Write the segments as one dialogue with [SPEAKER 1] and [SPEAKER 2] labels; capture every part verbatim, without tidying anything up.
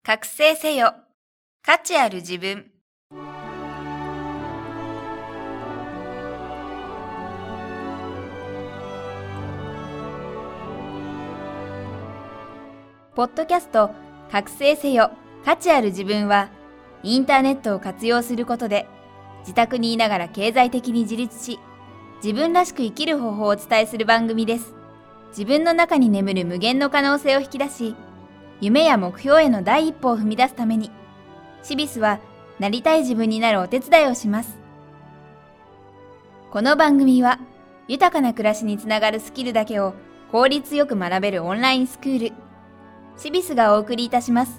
[SPEAKER 1] 覚醒せよ。価値ある自分。ポッドキャスト覚醒せよ。価値ある自分は、インターネットを活用することで、自宅にいながら経済的に自立し、自分らしく生きる方法をお伝えする番組です。自分の中に眠る無限の可能性を引き出し、夢や目標への第一歩を踏み出すために、シビスはなりたい自分になるお手伝いをします。この番組は、豊かな暮らしにつながるスキルだけを効率よく学べるオンラインスクール、シビスがお送りいたします。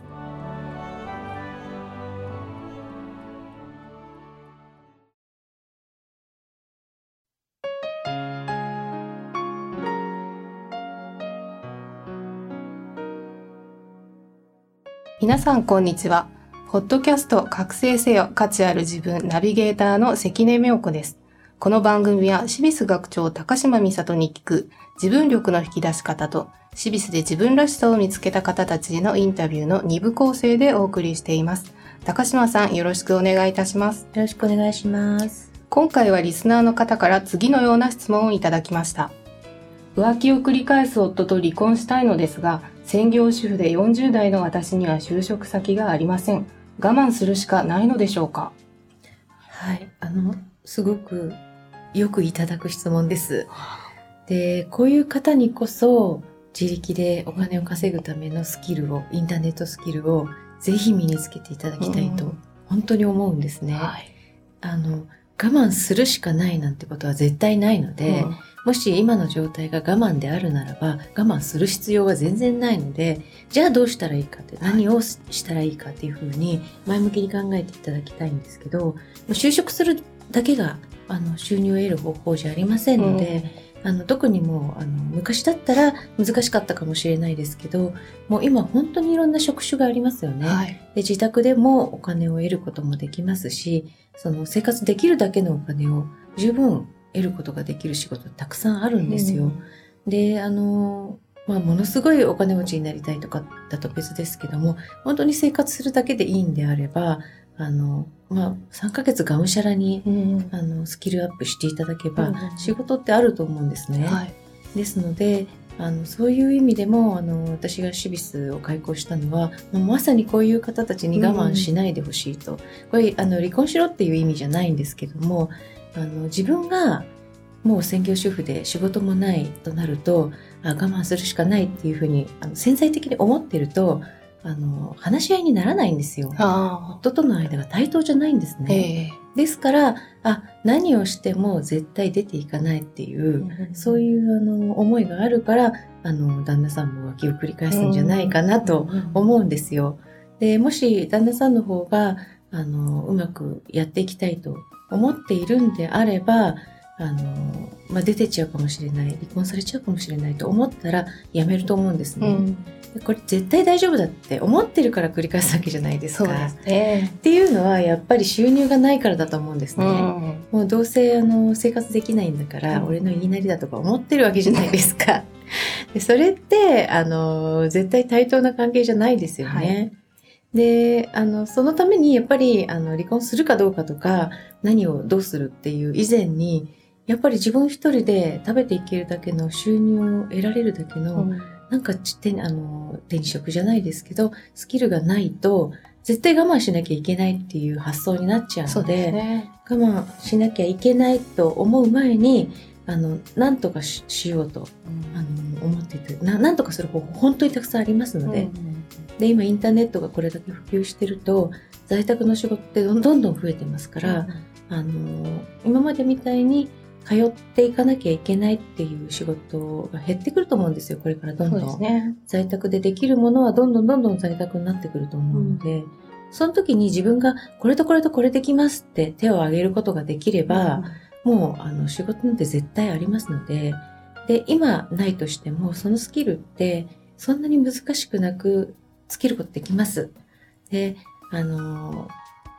[SPEAKER 2] 皆さんこんにちは。ポッドキャスト覚醒せよ価値ある自分ナビゲーターの関根妙子です。この番組はシビス学長高島美里に聞く自分力の引き出し方とシビスで自分らしさを見つけた方たちへのインタビューのに部構成でお送りしています。高島さんよろしくお願いいたします。
[SPEAKER 3] よろしくお願いします。
[SPEAKER 2] 今回はリスナーの方から次のような質問をいただきました。浮気を繰り返す夫と離婚したいのですが、専業主婦でよんじゅう代の私には就職先がありません。我慢するしかないのでしょうか？
[SPEAKER 3] はい、あの、すごくよくいただく質問です。で、こういう方にこそ自力でお金を稼ぐためのスキルを、インターネットスキルをぜひ身につけていただきたいと本当に思うんですね。はい、あの、我慢するしかないなんてことは絶対ないので、うんもし今の状態が我慢であるならば我慢する必要は全然ないので、じゃあどうしたらいいかって、何をしたらいいかっていうふうに前向きに考えていただきたいんですけど、就職するだけがあの収入を得る方法じゃありませんので、うん、あの特にもうあの昔だったら難しかったかもしれないですけど、もう今本当にいろんな職種がありますよね。はい、で自宅でもお金を得ることもできますし、その生活できるだけのお金を十分得ることができる仕事たくさんあるんですよ。うん、で、あの、まあ、ものすごいお金持ちになりたいとかだと別ですけども、本当に生活するだけでいいんであれば、あの、まあ、さんかげつがむしゃらに、うん、あのスキルアップしていただけば、うん、仕事ってあると思うんですね。はい、ですので、あのそういう意味でもあの私がシビスを開講したのは、まさにこういう方たちに我慢しないでほしいと、うん、これあの離婚しろっていう意味じゃないんですけども、あの自分がもう専業主婦で仕事もないとなると、あ我慢するしかないっていうふうにあの潜在的に思ってると、あの話し合いにならないんですよ。夫との間が対等じゃないんですね。ですからあ何をしても絶対出ていかないっていう、うん、そういうあの思いがあるからあの旦那さんも浮気を繰り返すんじゃないかなと思うんですよ。でもし旦那さんの方があのうまくやっていきたいと思っているんであれば、あの、まあ、出てっちゃうかもしれない、離婚されちゃうかもしれないと思ったらやめると思うんですね。うん、でこれ絶対大丈夫だって思ってるから繰り返すわけじゃないですか。そうですね。っていうのはやっぱり収入がないからだと思うんですね。うん、もうどうせあの生活できないんだから、うん、俺の言いなりだとか思ってるわけじゃないですか。でそれってあの絶対対等な関係じゃないですよね。はいで、あの、そのためにやっぱり、あの、離婚するかどうかとか、何をどうするっていう以前に、やっぱり自分一人で食べていけるだけの収入を得られるだけの、うん、なんか手、あの、手に職じゃないですけど、スキルがないと、絶対我慢しなきゃいけないっていう発想になっちゃうので、でね、我慢しなきゃいけないと思う前に、あの、なんとか し, しようと、うん、あの思っていてな、なんとかする方法、本当にたくさんありますので、うんで今インターネットがこれだけ普及してると在宅の仕事ってどんどんどん増えてますから、うん、あの今までみたいに通っていかなきゃいけないっていう仕事が減ってくると思うんですよ。これからどんどん、そうですね、在宅でできるものはどんどんどんどん在宅になってくると思うので、うん、その時に自分がこれとこれとこれできますって手を挙げることができれば、うん、もうあの仕事なんて絶対ありますので、で今ないとしてもそのスキルってそんなに難しくなくつけることできます。で、あの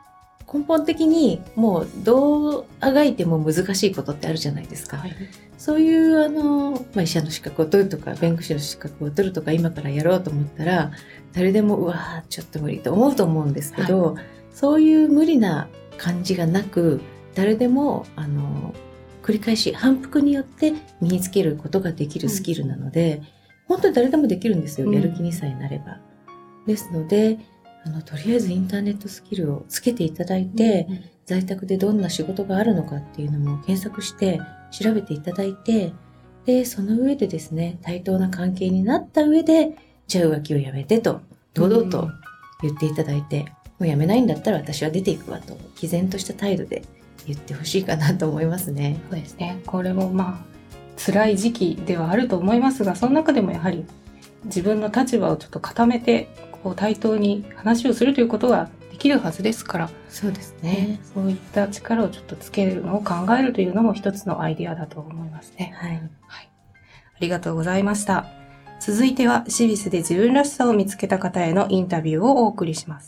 [SPEAKER 3] 根本的にもうどうあがいても難しいことってあるじゃないですか。
[SPEAKER 2] はい、
[SPEAKER 3] そういうあの、まあ、医者の資格を取るとか弁護士の資格を取るとか今からやろうと思ったら誰でもうわーちょっと無理と思うと思うんですけど、はい、そういう無理な感じがなく誰でもあの繰り返し反復によって身につけることができるスキルなので、うん、本当に誰でもできるんですよ、うん、やる気にさえなれば。ですのであのとりあえずインターネットスキルをつけていただいて、うん、在宅でどんな仕事があるのかっていうのも検索して調べていただいて、でその上でですね対等な関係になった上でじゃあ浮気をやめてと堂々と言っていただいて、うん、もうやめないんだったら私は出ていくわと毅然とした態度で言ってほしいかなと思いますね。
[SPEAKER 2] そうですね。これもまあ辛い時期ではあると思いますが、その中でもやはり自分の立場をちょっと固めてこう対等に話をするということができるはずですから、
[SPEAKER 3] そうですね。
[SPEAKER 2] そういった力をちょっとつけるのを考えるというのも一つのアイデアだと思いますね。
[SPEAKER 3] はい。はい、
[SPEAKER 2] ありがとうございました。続いてはシビスで自分らしさを見つけた方へのインタビューをお送りします。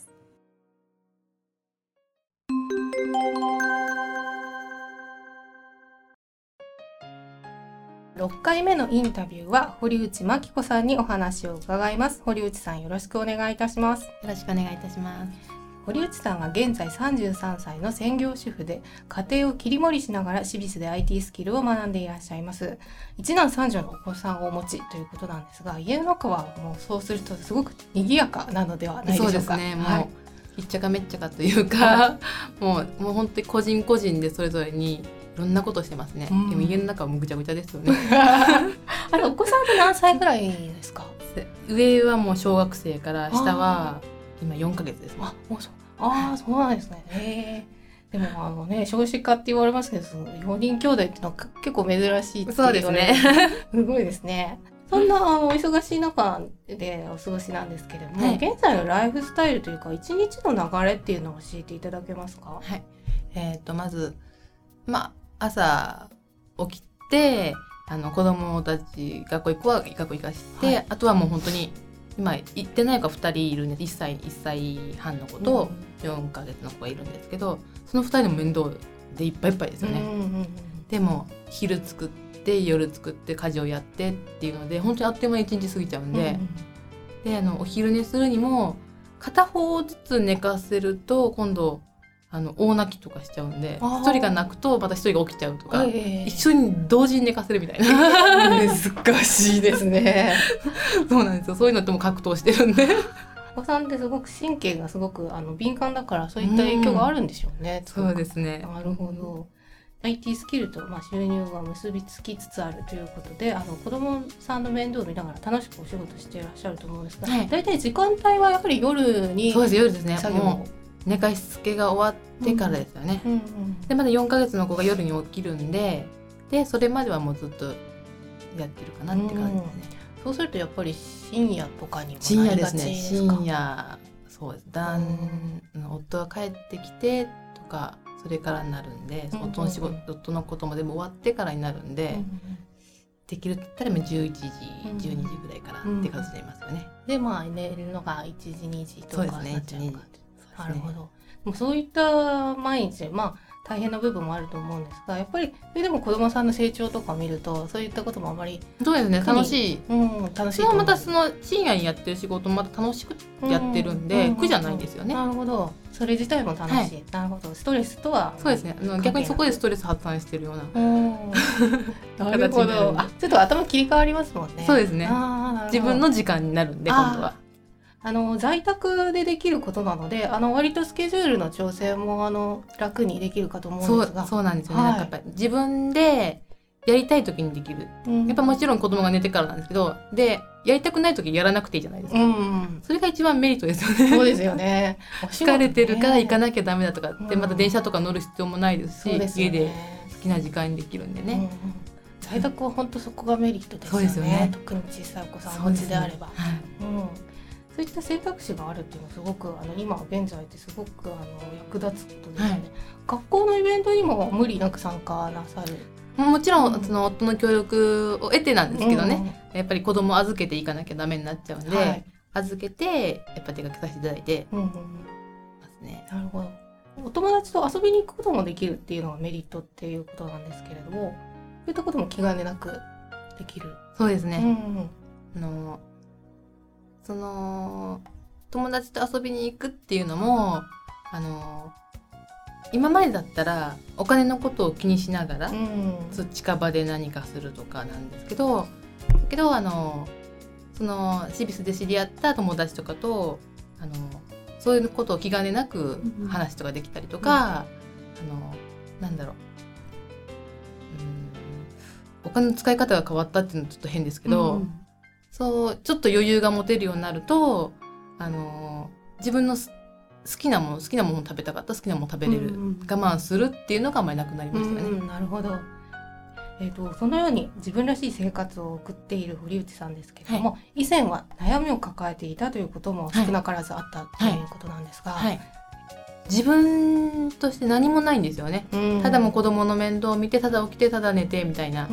[SPEAKER 2] ろっかいめのインタビューは堀内真紀子さんにお話を伺います。堀内さん、よろしくお願いいたします。よ
[SPEAKER 4] ろしくお願いいたします。
[SPEAKER 2] 堀内さんは現在さんじゅうさんさいの専業主婦で家庭を切り盛りしながらシビスで アイティー スキルを学んでいらっしゃいます。一男三女のお子さんをお持ちということなんですが、家の中はもうそうするとすごく賑やかなのではないでしょうか。
[SPEAKER 4] そうですね、もう、
[SPEAKER 2] はい、
[SPEAKER 4] ひっちゃかめっちゃかというかもう、もう本当に個人個人でそれぞれにいろんなことしてますね、うん、でも家の中はもうぐちゃぐちゃですよね
[SPEAKER 2] あれお子さんって何歳くらいですか？
[SPEAKER 4] 上はもう小学生から下は今よんかげつですね。
[SPEAKER 2] あ、もうそう、あー、そうなんですね。へー。でもあのね、少子化って言われますけど、そのよにん兄弟ってのは結構珍しいって言われる。
[SPEAKER 4] そうですね
[SPEAKER 2] すごいですね。そんなお忙しい中でお過ごしなんですけれども、はい、現在のライフスタイルというか一日の流れっていうのを教えていただけますか？
[SPEAKER 4] はい、えー、とまずまあ朝起きてあの子供たち学校行くは学校行かして、はい、あとはもう本当に今行ってない子ふたりいるんです。いっさい、いっさいはんの子とよんかげつの子がいるんですけど、そのふたりの面倒でいっぱいいっぱいですよね、うんうんうん、でも昼作って夜作って家事をやってっていうので本当にあっという間にいちにち過ぎちゃうんで、うんうん、であのお昼寝するにも片方ずつ寝かせると今度あの大泣きとかしちゃうんで、一人が泣くとまた一人が起きちゃうとか、えー、一緒に同時に寝かせるみたいな
[SPEAKER 2] 難しいですね
[SPEAKER 4] そうなんですよ。そういうのっても格闘してるんで
[SPEAKER 2] お子さんってすごく神経がすごくあの敏感だからそういった影響があるんでしょうね、
[SPEAKER 4] うん、そうですね。
[SPEAKER 2] なるほど。 アイティー スキルと、まあ、収入が結びつきつつあるということで、あの子供さんの面倒を見ながら楽しくお仕事していらっしゃると思うんですが、はい、だいたい時間帯はやはり夜に。
[SPEAKER 4] そうです、夜ですね。もう寝かしつけが終わってからですよね、うんうんうん、でまだよんかげつの子が夜に起きるんで、でそれまではもうずっとやってるかなって感じですね、うん、
[SPEAKER 2] そうするとやっぱり深夜とかにも
[SPEAKER 4] 深夜
[SPEAKER 2] なりがち
[SPEAKER 4] ですね。
[SPEAKER 2] ですか？
[SPEAKER 4] 深夜、そうです。だん、うん、夫が帰ってきてとかそれからになるんで、うんうんうん、夫の仕事、夫のこともでも終わってからになるんで、うんうん、できるって言ったらじゅういちじ、うん、じゅうにじぐらいからって感じになりますよね、
[SPEAKER 2] うん、でまあ寝るのがいちじにじとかになっちゃうか。
[SPEAKER 4] そうですね。
[SPEAKER 2] なるほど。もうそういった毎日、まあ大変な部分もあると思うんですが、やっぱりそれでも子供さんの成長とか見るとそういったこともあまり。
[SPEAKER 4] そうですね、楽しい、
[SPEAKER 2] うん、楽しいと思う。
[SPEAKER 4] またその深夜にやってる仕事もまた楽しくやってるんで、うん、苦じゃないですよね。
[SPEAKER 2] なるほど。それ自体も楽しい、はい、なるほど。ストレスとは
[SPEAKER 4] そうですね、あの逆にそこでストレス発散してるような
[SPEAKER 2] なるほど。あ、ちょっと頭切り替わりますもんね。
[SPEAKER 4] そうですね。あ、自分の時間になるんで今度は
[SPEAKER 2] あの在宅でできることなので、あの割とスケジュールの調整もあの楽にできるかと思うんですが。
[SPEAKER 4] そう、そうなんですよね、はい、なんかやっぱり自分でやりたい時にできる、うん、やっぱもちろん子供が寝てからなんですけど、でやりたくない時やらなくていいじゃないですか、うんうん、それが一番メリットですよね。
[SPEAKER 2] そうですよね。
[SPEAKER 4] 疲れてるから行かなきゃダメだとかって、うん、また電車とか乗る必要もないですし、うん、家で好きな時間にできるんでね、うんうん、
[SPEAKER 2] 在宅は本当そこがメリットですよね。
[SPEAKER 4] そうですよね。
[SPEAKER 2] 特に小さいお子さんお家であれば、そうですね、はい、うん、そういった選択肢があるっていうのはすごくあの今現在ってすごくあの役立つことですよね、はい、学校のイベントにも無理なく参加なさる？
[SPEAKER 4] もちろん、うん、その夫の協力を得てなんですけどね、うん、やっぱり子供を預けていかなきゃダメになっちゃうんで、はい、預けてやっぱ出かけさせていただいてますね、
[SPEAKER 2] うんうん、なるほど。 お友達と遊びに行くこともできるっていうのがメリットっていうことなんですけれども、そういったことも気兼ねなくできる。
[SPEAKER 4] そうですね、
[SPEAKER 2] うんうん
[SPEAKER 4] あのその友達と遊びに行くっていうのもあの今までだったらお金のことを気にしながら、
[SPEAKER 2] うん、
[SPEAKER 4] そ近場で何かするとかなんですけどだけどあのそのシビスで知り合った友達とかとあのそういうことを気兼ねなく話とかできたりとか、うん、あのなんだろう、うん、お金の使い方が変わったっていうのはちょっと変ですけど、うん、そうちょっと余裕が持てるようになるとあの自分の好きなもの好きなものを食べたかった好きなものを食べれる、うんうん、我慢するっていうのがあんまりなくなりましたよね、
[SPEAKER 2] うんうん、なるほど。えーと、そのように自分らしい生活を送っている堀内さんですけれども、はい、以前は悩みを抱えていたということも少なからずあったということなんですが、はいはい、
[SPEAKER 4] 自分として何もないんですよね、うん、ただもう子供の面倒を見てただ起きてただ寝てみたいな、うん、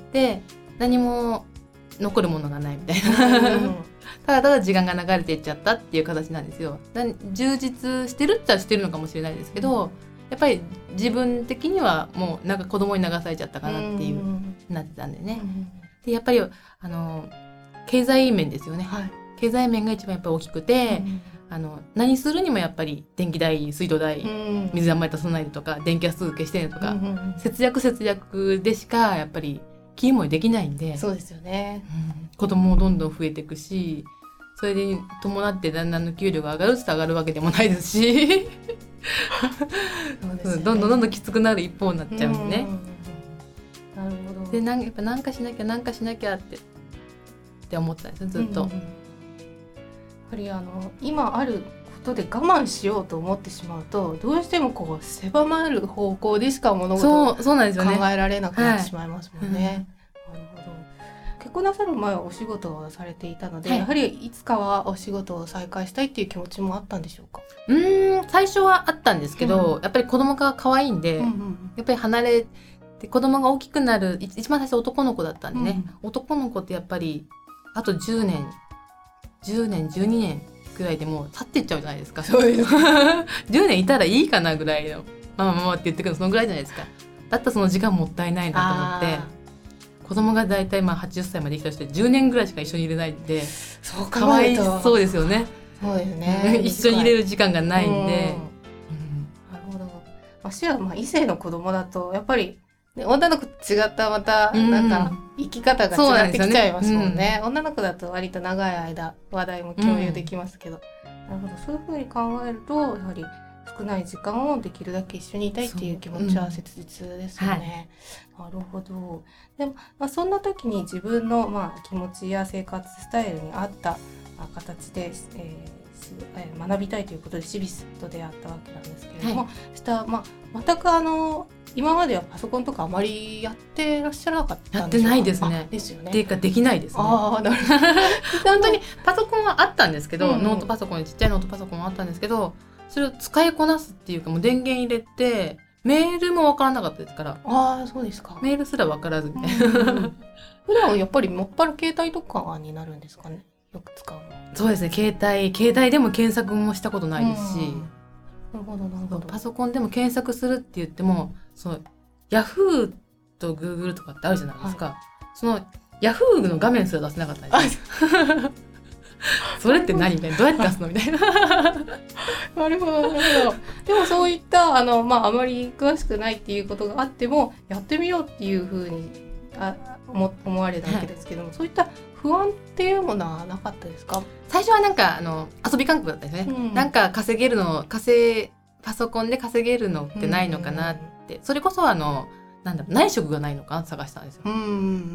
[SPEAKER 4] で何も残るものがないみたいな、うん、ただただ時間が流れていっちゃったっていう形なんですよ。充実してるって言ったらしてるのかもしれないですけど、うん、やっぱり自分的にはもうなんか子供に流されちゃったかなっていう、うん、なってたんでね、うん、でやっぱりあの経済面ですよね、はい、経済面が一番やっぱり大きくて、うん、あの何するにもやっぱり電気代水道代、うん、水あんまり出さないとか電気ガス消してねとか、うん、節約節約でしかやっぱり気もできないんで、
[SPEAKER 2] そうですよね、
[SPEAKER 4] うん、子供もどんどん増えていくしそれに伴ってだんだんの給料が上がるって上がるわけでもないですしそうですよね、どんどんどんどんきつくなる一方になっちゃうんでね、
[SPEAKER 2] うん、なるほど。
[SPEAKER 4] でなんやっぱ何かしなきゃ何かしなきゃってって思ったんですよずっと、うんうん、やっ
[SPEAKER 2] ぱりあの今あることで我慢しようと思ってしまうとどうしてもこう狭まる方向でしか物事を考えられなくなってしまいますもんね。なるほど。結婚なさる前はお仕事をされていたので、はい、やはりいつかはお仕事を再開したいっていう気持ちもあったんでしょうか？
[SPEAKER 4] うーん最初はあったんですけど、うん、やっぱり子供が可愛いんで、うんうん、やっぱり離れて子供が大きくなる一番最初男の子だったんでね、うん、男の子ってやっぱりあとじゅうねんじゅうねんじゅうにねんぐらいでもう経ってっちゃうじゃないですか。そういうじゅうねんいたらいいかなぐらいのママママって言ってくるのそのぐらいじゃないですか。だったらその時間もったいないなと思って子供がだいたいまあはちじゅっさいまで生きたとしてじゅうねんぐらいしか一緒にいれないんで
[SPEAKER 2] そう
[SPEAKER 4] かわいそうですよね。
[SPEAKER 2] そうですね
[SPEAKER 4] 一緒にいれる時間がないんで、うんうん、
[SPEAKER 2] なるほど。私はまあ異性の子供だとやっぱり、ね、女の子と違ったまたなんか生き方が違ってきちゃいますもんね、うんねうん、女の子だと割と長い間話題も共有できますけど、うん、なるほど。そういうふうに考えるとやはり少ない時間をできるだけ一緒にいたいっていう気持ちは切実ですよね、うんはい、なるほど。でも、まあ、そんな時に自分の、まあ、気持ちや生活スタイルに合った形で、えー、学びたいということでシビスと出会ったわけなんですけれども、はい、した、まあ、全くあの今まではパソコンとかあまりやってらっしゃらなかったんでしょうか？やってないですね。ですよね。っていうかできないですね。あなるほど本当にパソコンはあったんですけど、うんうん、ノートパソコンちっちゃいノートパソコンはあったんですけどそれを使いこなすっていうかもう電源入れてメールも分からなかったですから。 ああそうですか。
[SPEAKER 4] メールすら分からずみたいな、うんうん、
[SPEAKER 2] 普段やっぱりもっぱら携帯とかになるんですかね。よく使うの。
[SPEAKER 4] そうですね携帯携帯でも検索もしたことないですし、うん、
[SPEAKER 2] なるほどなるほど。
[SPEAKER 4] パソコンでも検索するって言ってもそうヤフーとグーグルとかってあるじゃないですか、はい、そのヤフーの画面すら出せなかったんですそれって何みたいなどうやって出すのみたいな
[SPEAKER 2] なるほどなるほど。でもそういったあの、まあ、あまり詳しくないっていうことがあってもやってみようっていうふうにあ思, 思われたわけですけども、はい、そういった不安っていうものはなかったですか？
[SPEAKER 4] 最初はなんかあの遊び感覚だったんですね、うん、なんか稼げるの稼パソコンで稼げるのってないのかなって、うん、それこそあのなんだろう内職がないのかなって探したんですよ、うん、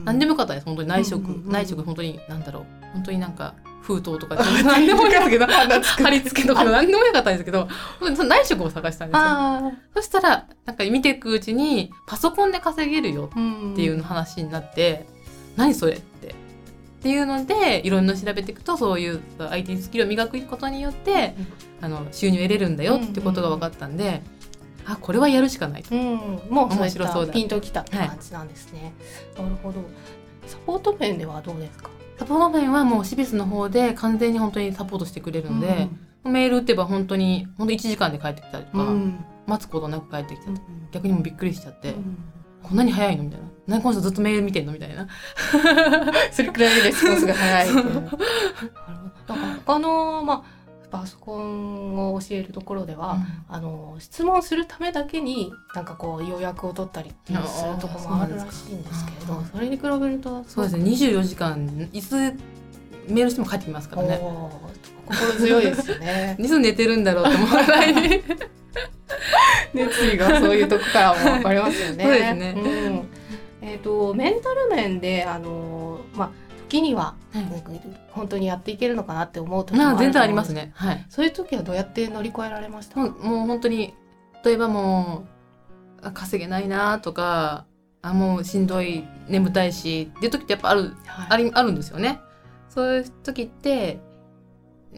[SPEAKER 4] 何でもよかったです本当に内職、うん、内職本当になんだろう本当になんか封筒とか何でもよかったけど貼り付けとか何でもよかったんですけどその内職を探したんですよ。そしたらなんか見ていくうちにパソコンで稼げるよっていうの話になって、うん、何それってっていうのでいろんな調べていくとそういう アイティー スキルを磨くことによって、うん、あの収入を得れるんだよってことが分かったんで、うん、あこれはやるしかないと、うん、
[SPEAKER 2] もう面白そうだピンときたって感じなんですね、はい、なるほど。サポート面ではどうですか？
[SPEAKER 4] サポート面はもうシビスの方で完全に本当にサポートしてくれるので、 メール打てば本当に本当いちじかんで帰ってきたりとか、
[SPEAKER 2] うん、
[SPEAKER 4] 待つことなく帰ってきたりとか、
[SPEAKER 2] うん
[SPEAKER 4] 逆にもうびっくりしちゃって、
[SPEAKER 2] うん、
[SPEAKER 4] こんなに早いのみたいな、何この人ずっとメール見てんのみたいな
[SPEAKER 2] それくらいレスポンスが早いっていう。なるほど。なんか他の、まあパソコンを教えるところでは、あの質問するためだけになんかこう予約を取ったりっていうするところもあるらしいんですけれど、それに比べると
[SPEAKER 4] そうですね、にじゅうよじかんいつメールしても帰ってきますからね。
[SPEAKER 2] 心強いですよね。
[SPEAKER 4] いつ寝てるんだろうと思うぐらい
[SPEAKER 2] 熱意がそういうとこからも分かりますよね。
[SPEAKER 4] そうですね、
[SPEAKER 2] うんえー、とメンタル面であの、まあ、時には、
[SPEAKER 4] はい、
[SPEAKER 2] 本当にやっていけるのかなって思う時もあると思うんです。
[SPEAKER 4] 全然ありますね、はい、
[SPEAKER 2] そういう時はどうやって乗り越えられましたか？
[SPEAKER 4] もう、もう本当に例えばもうあ稼げないなとか、あもうしんどい眠たいしっていう時ってやっぱある、はい、ありあるんですよね。そういう時って、うん、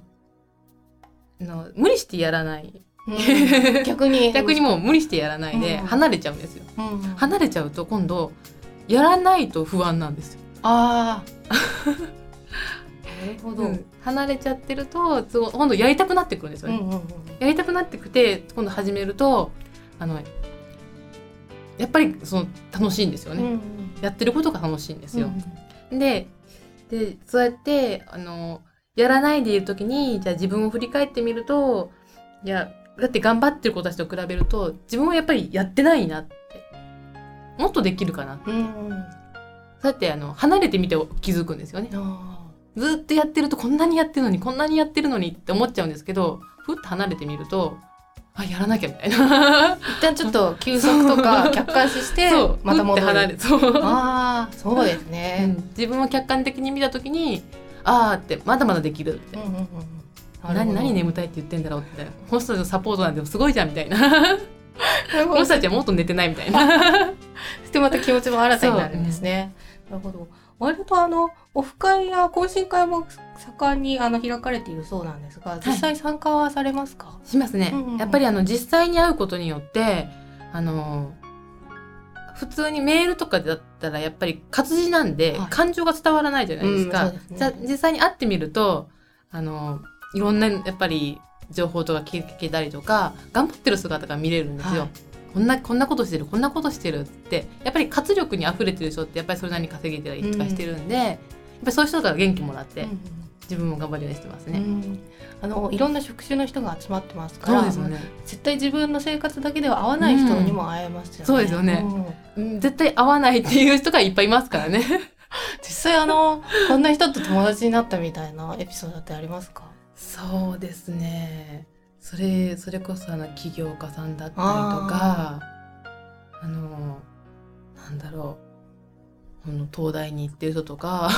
[SPEAKER 4] の無理してやらない
[SPEAKER 2] うん、逆に
[SPEAKER 4] 逆にもう無理してやらないで離れちゃうんですよ、
[SPEAKER 2] うん、
[SPEAKER 4] 離れちゃうと今度やらないと不安なんですよ。
[SPEAKER 2] ああなるほど、
[SPEAKER 4] うん、離れちゃってると今度やりたくなってくるんですよね、うんうんうん、やりたくなってきて今度始めるとあのやっぱりその楽しいんですよね、うんうん、やってることが楽しいんですよ、うんうん、で, でそうやってあのやらないでいる時にじゃあ自分を振り返ってみるといやだって頑張ってる子たちと比べると自分はやっぱりやってないなってもっとできるかなって、うんうん、そうやってあの離れてみて気づくんですよね。ずっとやってるとこんなにやってるのにこんなにやってるのにって思っちゃうんですけど、ふっと離れてみるとあやらなきゃみたいな
[SPEAKER 2] 一旦ちょっと休息とか客観視してまた戻る。
[SPEAKER 4] 離れそう
[SPEAKER 2] あそうですね、
[SPEAKER 4] うん、自分を客観的に見た時にあーってまだまだできるって、うんうんうん何, 何眠たいって言ってんだろうみたいな、この人たちのサポートなんてすごいじゃんみたいなこの人たちはもっと寝てないみたいな
[SPEAKER 2] そしてまた気持ちも新たになるんですね、うん、なるほど。割とあのオフ会や懇親会も盛んにあの開かれているそうなんですが、実際参加はされますか？
[SPEAKER 4] はい、しますね、うんうんうん、やっぱりあの実際に会うことによってあの普通にメールとかだったらやっぱり活字なんで、はい、感情が伝わらないじゃないですか、うんそうですね、じゃ実際に会ってみるとあのいろんなやっぱり情報とか聞けたりとか頑張ってる姿が見れるんですよ、はい、こんなこんなことしてるこんなことしてるってやっぱり活力にあふれてる人ってやっぱりそれなりに稼げてたりとかしてるんで、うん、やっぱりそういう人から元気もらって、うん、自分も頑張るようにしてますね、うん、
[SPEAKER 2] あのいろんな職種の人が集まってますから
[SPEAKER 4] そうですよね、
[SPEAKER 2] 絶対自分の生活だけでは合わない人にも会えますよね、うん、
[SPEAKER 4] そうですよね、うん、絶対合わないっていう人がいっぱいいますからね
[SPEAKER 2] 実際あのこんな人と友達になったみたいなエピソードってありますか？
[SPEAKER 4] そうですね、それそれこそあの起業家さんだったりとか あ, あのなんだろうあの東大に行ってる人とか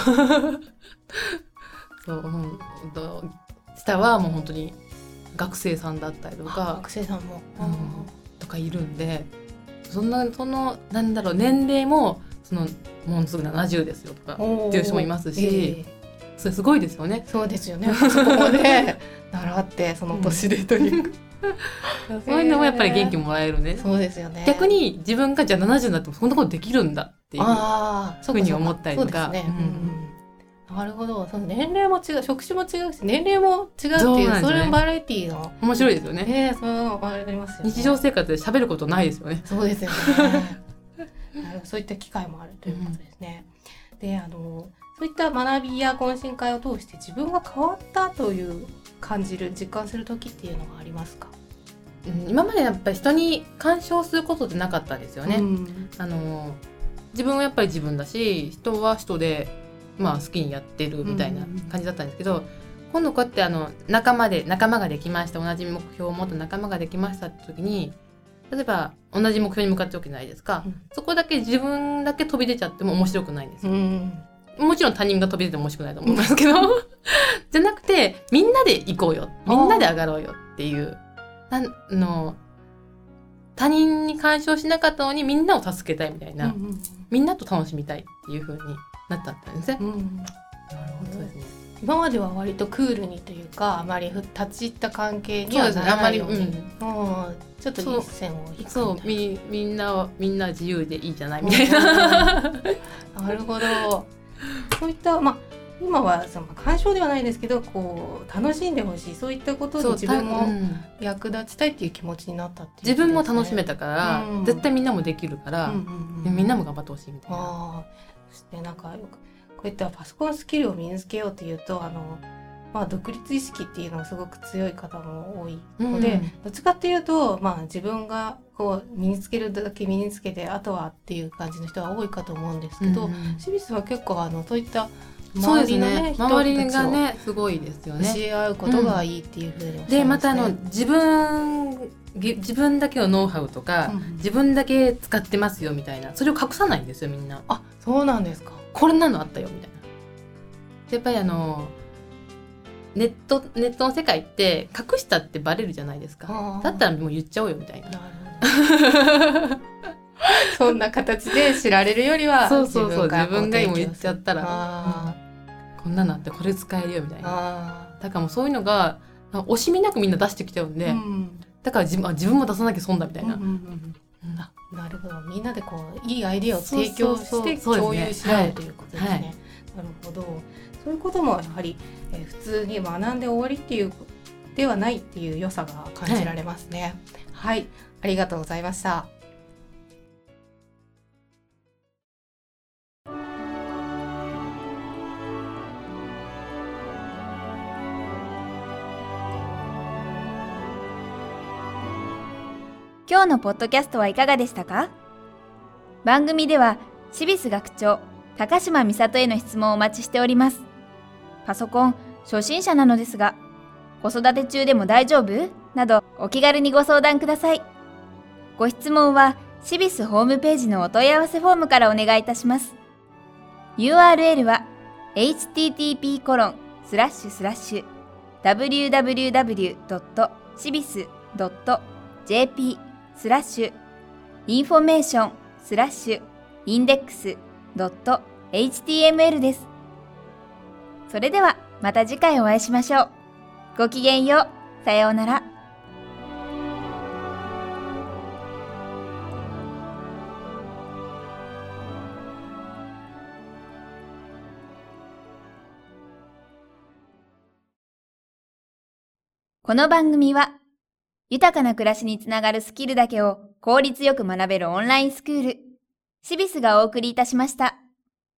[SPEAKER 4] そう、うん、下はもう本当に学生さんだったりとか
[SPEAKER 2] 学生さんも、
[SPEAKER 4] うん、とかいるんで、そんなそのなんだろう年齢もそのもうすぐななじゅうですよとかっていう人もいますし、えーそれすごいですよね。
[SPEAKER 2] そうですよね。そこまで習ってその年でというか、
[SPEAKER 4] うん、そういうのもやっぱり元気もらえるね。
[SPEAKER 2] そうですよね。
[SPEAKER 4] 逆に自分がじゃあななじゅうになってもそんなことできるんだっていうふうに思ったりとか。
[SPEAKER 2] なるほど。その年齢も違う、職種も違うし年齢も違うっていう、それのバラエティーの
[SPEAKER 4] 面白いですよね。
[SPEAKER 2] えー、そうありますよね。
[SPEAKER 4] 日常生活で喋ることないですよね。
[SPEAKER 2] そうですよね。そういった機会もあるということですね。うん、で、あの。そういった学びや懇親会を通して自分が変わったという感じる実感する時っていうのがありますか？
[SPEAKER 4] うん、今までやっぱり人に干渉することってなかったですよね、うん、あの自分はやっぱり自分だし人は人で、まあ、好きにやってるみたいな感じだったんですけど、うん、今度こうやってあの仲間で仲間ができました、同じ目標を持った仲間ができましたって時に例えば同じ目標に向かっておくじゃないですか、うん、そこだけ自分だけ飛び出ちゃっても面白くないんですよ、うんもちろん他人が飛び出ても面白くないと思いますけどじゃなくてみんなで行こうよみんなで上がろうよっていうなんの他人に干渉しなかったのにみんなを助けたいみたいな、うんうん、みんなと楽しみたいっていう風になったんですね、うん、なる
[SPEAKER 2] ほどですね。今までは割とクールにというかあまり立ち入った関係にはならないように、うん、ちょっと一線を引く
[SPEAKER 4] そう み, みんなみんな自由でいいじゃないみたいな
[SPEAKER 2] なるほど。そういった、まあ、 今はその鑑賞ではないですけどこう楽しんでほしい、そういったことに自分も役立ちたいっていう気持ちになったっていう、ね、
[SPEAKER 4] 自分も楽しめたから、うん、絶対みんなもできるから、
[SPEAKER 2] うんうんうん、
[SPEAKER 4] みんなも頑張ってほしいみたいな。
[SPEAKER 2] あそしてなんかよくこういったパソコンスキルを身につけようというとあのまあ、独立意識っていうのがすごく強い方も多いので、うん、どっちかっていうと、まあ、自分がこう身につけるだけ身につけてあとはっていう感じの人は多いかと思うんですけど、うん、シビスは結構あのそういった周りのね、
[SPEAKER 4] ね周りがねすごいですよね。
[SPEAKER 2] 教え合うことがいいっていうふうにおっしゃいますね。
[SPEAKER 4] でまたあの自分自分だけのノウハウとか、うん、自分だけ使ってますよみたいな、それを隠さないんですよみんな。
[SPEAKER 2] あ、そうなんですか。
[SPEAKER 4] これなのあったよみたいな。やっぱりあのネットネットの世界って隠したってバレるじゃないですか。だったらもう言っちゃおうよみたいな。なるほど
[SPEAKER 2] そんな形で知られるよりは
[SPEAKER 4] そうそうそう自分がもう言っちゃったら、うん、こんなのあってこれ使えるよみたいな。だからもうそういうのが惜しみなくみんな出してきちゃうんで、うん、だから自分、あ、自分も出さなきゃ損だみたいな、うんうん
[SPEAKER 2] うん、な, なるほど。みんなでこういいアイディアを提供して共有し合うということですね、はいはい、なるほど。そういうこともやはり、えー、普通に学んで終わりっていうではないっていう良さが感じられますね。はい、はい、ありがとうございました。
[SPEAKER 1] 今日のポッドキャストはいかがでしたか？番組ではシビス学長高島美里への質問をお待ちしております。パソコン初心者なのですが、子育て中でも大丈夫？などお気軽にご相談ください。ご質問はシビスホームページのお問い合わせフォームからお願いいたします。ユーアールエル は エイチティーティーピーコロンスラッシュスラッシュダブリューダブリューダブリュードットシビスドットジェーピースラッシュインフォメーションスラッシュインデックスドットエイチティーエムエル です。それではまた次回お会いしましょう。ごきげんよう。さようなら。この番組は豊かな暮らしにつながるスキルだけを効率よく学べるオンラインスクールシビスがお送りいたしました。